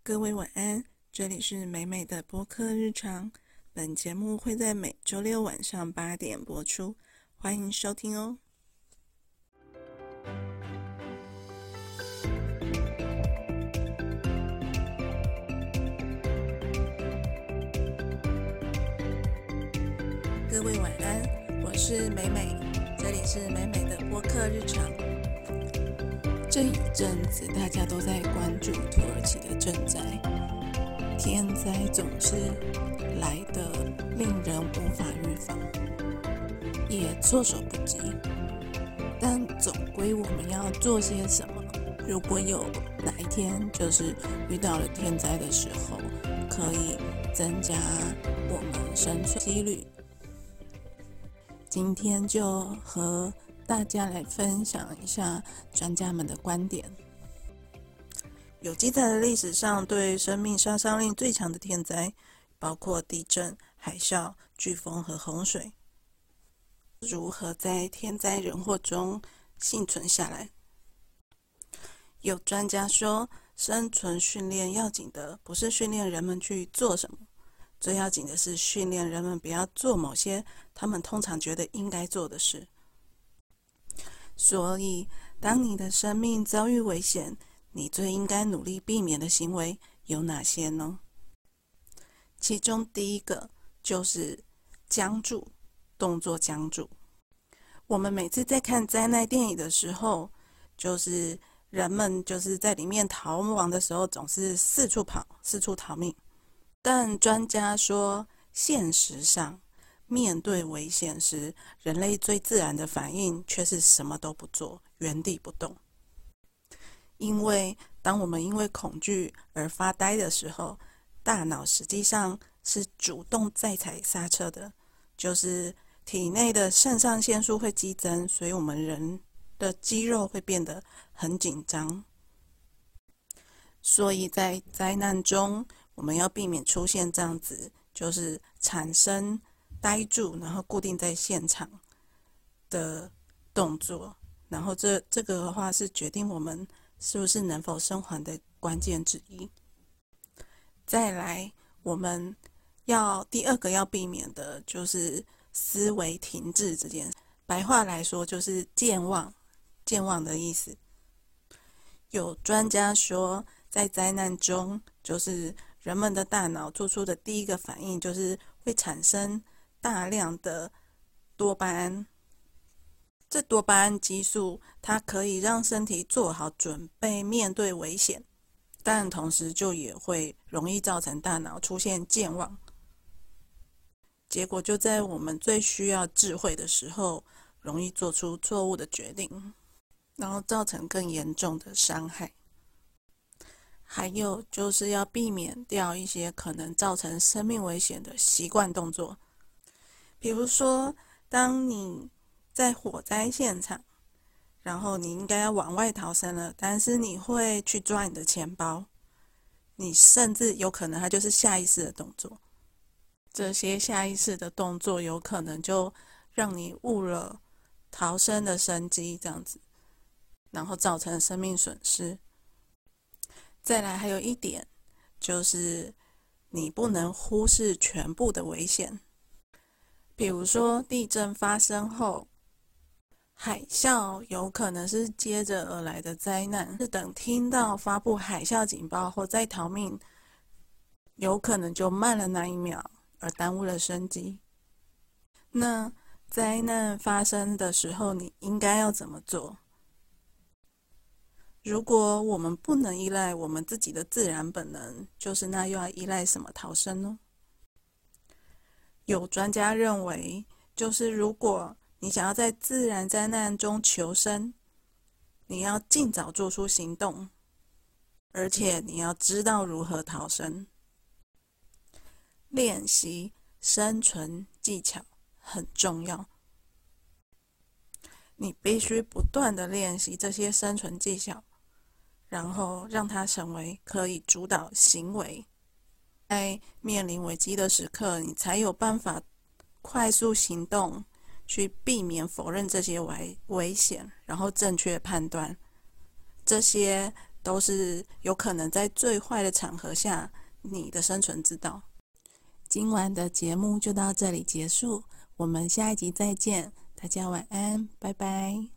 各位晚安，这里是美美的播客日常。本节目会在每周六晚上8点播出，欢迎收听哦。各位晚安，我是美美，这里是美美的播客日常。这一阵子大家都在关注土耳其的震灾，天灾总是来得令人无法预防，也措手不及。但总归我们要做些什么？如果有哪一天就是遇到了天灾的时候，可以增加我们生存几率。今天就和大家来分享一下专家们的观点。有记载的历史上对生命杀伤力最强的天灾，包括地震、海啸、飓风和洪水。如何在天灾人祸中幸存下来？有专家说，生存训练要紧的不是训练人们去做什么，最要紧的是训练人们不要做某些他们通常觉得应该做的事。所以，当你的生命遭遇危险，你最应该努力避免的行为有哪些呢？其中第一个就是僵住，动作僵住。我们每次在看灾难电影的时候，就是人们就是在里面逃亡的时候，总是四处跑，四处逃命。但专家说，现实上，面对危险时，人类最自然的反应却是什么都不做，原地不动。因为当我们因为恐惧而发呆的时候，大脑实际上是主动在踩刹车的，就是体内的肾上腺素会激增，所以我们人的肌肉会变得很紧张。所以在灾难中，我们要避免出现这样子，就是产生呆住，然后固定在现场的动作。然后这个的话是决定我们是不是能否生还的关键之一。再来，我们第二个要避免的就是思维停滞这件事。白话来说就是健忘的意思。有专家说，在灾难中，就是人们的大脑做出的第一个反应就是会产生大量的多巴胺。这多巴胺激素它可以让身体做好准备面对危险，但同时就也会容易造成大脑出现健忘，结果就在我们最需要智慧的时候，容易做出错误的决定，然后造成更严重的伤害。还有就是要避免掉一些可能造成生命危险的习惯动作，比如说，当你在火灾现场，然后你应该要往外逃生了，但是你会去抓你的钱包，你甚至有可能它就是下意识的动作。这些下意识的动作有可能就让你误了逃生的生机，这样子，然后造成生命损失。再来还有一点，就是你不能忽视全部的危险。比如说地震发生后，海啸有可能是接着而来的灾难，是等听到发布海啸警报后再逃命，有可能就慢了那一秒，而耽误了生机。那灾难发生的时候，你应该要怎么做？如果我们不能依赖我们自己的自然本能，就是那又要依赖什么逃生呢？有专家认为，就是如果你想要在自然灾难中求生，你要尽早做出行动，而且你要知道如何逃生。练习生存技巧很重要，你必须不断的练习这些生存技巧，然后让它成为可以主导行为。在面临危机的时刻，你才有办法快速行动，去避免否认这些危险，然后正确判断这些都是有可能在最坏的场合下你的生存之道。今晚的节目就到这里结束，我们下一集再见，大家晚安，拜拜。